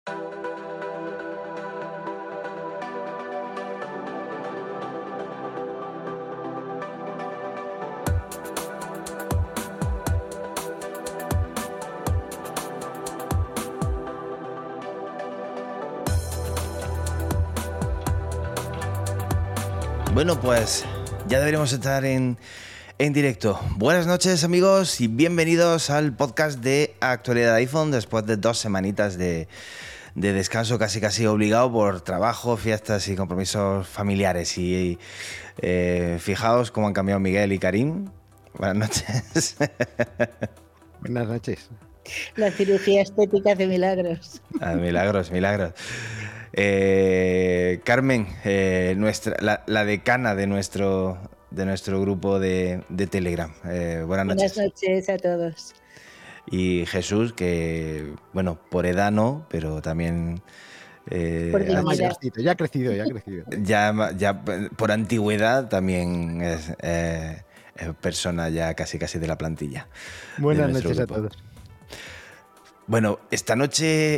Bueno, pues ya deberíamos estar en directo. Buenas noches, amigos, y bienvenidos al podcast de Actualidad iPhone después de 2 semanitas de descanso casi obligado por trabajo, fiestas y compromisos familiares. Y fijaos cómo han cambiado Miguel y Karim. Buenas noches. Buenas noches. La cirugía estética hace milagros. Milagros. Carmen, la decana de nuestro grupo de Telegram. Buenas noches. Buenas noches a todos. Y Jesús, que, bueno, por edad no, pero también... ya ha crecido. Ya por antigüedad también es persona ya casi de la plantilla. Buenas noches a todos. Bueno, esta noche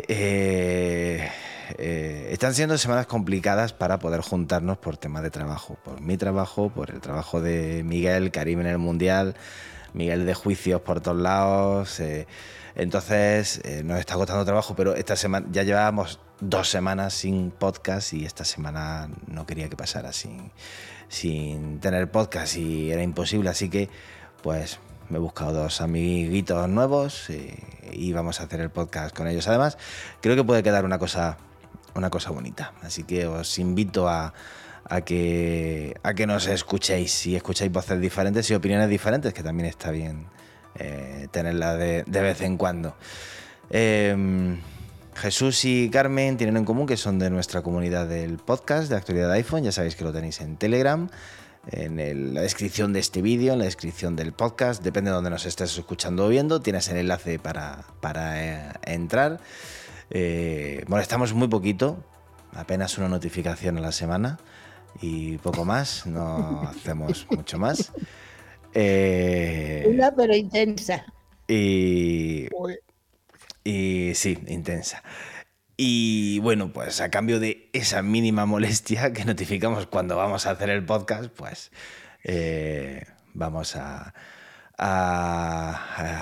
están siendo semanas complicadas para poder juntarnos por temas de trabajo. Por mi trabajo, por el trabajo de Miguel, Karim en el Mundial, Miguel de juicios por todos lados. Entonces nos está costando trabajo, pero esta semana ya llevábamos 2 semanas sin podcast y esta semana no quería que pasara sin tener podcast y era imposible, así que pues me he buscado 2 amiguitos nuevos y vamos a hacer el podcast con ellos. Además, creo que puede quedar una cosa bonita, así que os invito a que nos escuchéis y escuchéis voces diferentes y opiniones diferentes, que también está bien tenerlas de vez en cuando. Jesús y Carmen tienen en común que son de nuestra comunidad del podcast de Actualidad iPhone. Ya sabéis que lo tenéis en Telegram, en la descripción de este vídeo, en la descripción del podcast, depende de donde nos estés escuchando o viendo, tienes el enlace para entrar. Molestamos muy poquito, apenas una notificación a la semana y poco más, no hacemos mucho más. Una pero intensa. Y sí, intensa. Y bueno, pues a cambio de esa mínima molestia que notificamos cuando vamos a hacer el podcast, pues vamos a